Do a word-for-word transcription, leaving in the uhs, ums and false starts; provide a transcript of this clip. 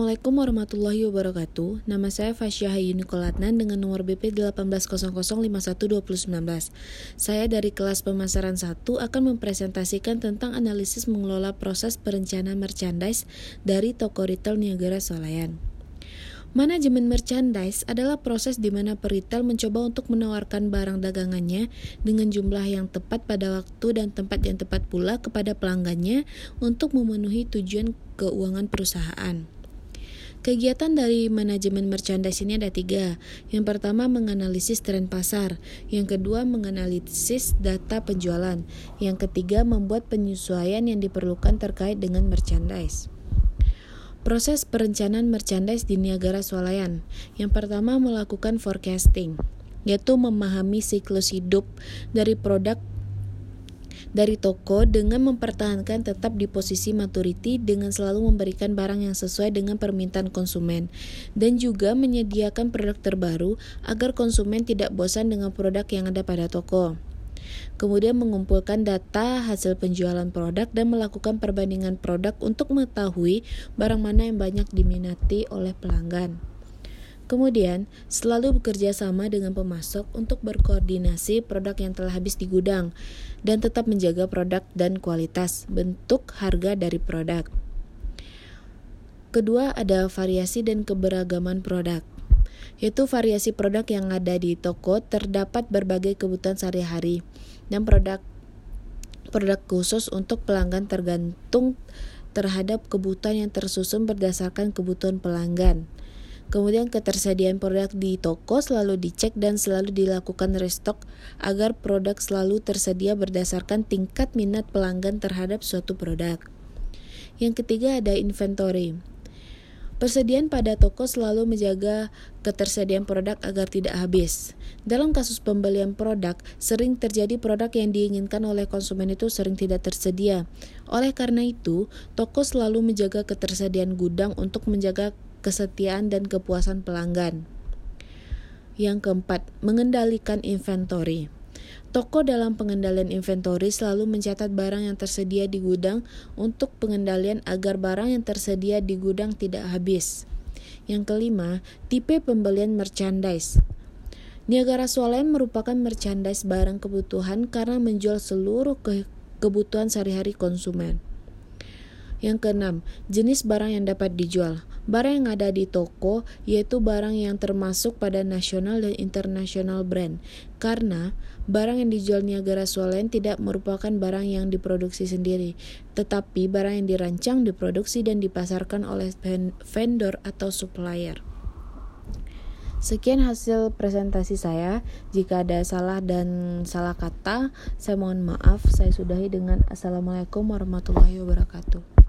Assalamualaikum warahmatullahi wabarakatuh. Nama saya Fasya Hayuni Kolatnan dengan nomor B P satu delapan nol nol nol lima satu dua nol satu sembilan. Saya dari kelas pemasaran satu akan mempresentasikan tentang analisis mengelola proses perencanaan merchandise dari toko retail Niagara Swalayan. Manajemen merchandise adalah proses di mana peritel mencoba untuk menawarkan barang dagangannya dengan jumlah yang tepat pada waktu dan tempat yang tepat pula kepada pelanggannya untuk memenuhi tujuan keuangan perusahaan. Kegiatan dari manajemen merchandise ini ada tiga. Yang pertama, menganalisis tren pasar. Yang kedua, menganalisis data penjualan. Yang ketiga, membuat penyesuaian yang diperlukan terkait dengan merchandise. Proses perencanaan merchandise di Niagara Swalayan. Yang pertama, melakukan forecasting, yaitu memahami siklus hidup dari produk dari toko dengan mempertahankan tetap di posisi maturity dengan selalu memberikan barang yang sesuai dengan permintaan konsumen dan juga menyediakan produk terbaru agar konsumen tidak bosan dengan produk yang ada pada toko. Kemudian mengumpulkan data hasil penjualan produk dan melakukan perbandingan produk untuk mengetahui barang mana yang banyak diminati oleh pelanggan. Kemudian, selalu bekerja sama dengan pemasok untuk berkoordinasi produk yang telah habis di gudang dan tetap menjaga produk dan kualitas, bentuk, harga dari produk. Kedua, ada variasi dan keberagaman produk, yaitu variasi produk yang ada di toko terdapat berbagai kebutuhan sehari-hari dan produk produk khusus untuk pelanggan tergantung terhadap kebutuhan yang tersusun berdasarkan kebutuhan pelanggan. Kemudian ketersediaan produk di toko selalu dicek dan selalu dilakukan restock agar produk selalu tersedia berdasarkan tingkat minat pelanggan terhadap suatu produk. Yang ketiga ada inventory. Persediaan pada toko selalu menjaga ketersediaan produk agar tidak habis. Dalam kasus pembelian produk, sering terjadi produk yang diinginkan oleh konsumen itu sering tidak tersedia. Oleh karena itu, toko selalu menjaga ketersediaan gudang untuk menjaga kesetiaan dan kepuasan pelanggan. Yang keempat, mengendalikan inventory. Toko dalam pengendalian inventory selalu mencatat barang yang tersedia di gudang untuk pengendalian agar barang yang tersedia di gudang tidak habis. Yang kelima, tipe pembelian merchandise. Niagara Swalayan merupakan merchandise barang kebutuhan karena menjual seluruh ke- kebutuhan sehari-hari konsumen. Yang keenam, jenis barang yang dapat dijual. Barang yang ada di toko yaitu barang yang termasuk pada nasional dan internasional brand. Karena barang yang dijual Niagara Swalayan tidak merupakan barang yang diproduksi sendiri, tetapi barang yang dirancang, diproduksi dan dipasarkan oleh vendor atau supplier. Sekian hasil presentasi saya. Jika ada salah dan salah kata, saya mohon maaf. Saya sudahi dengan Assalamualaikum warahmatullahi wabarakatuh.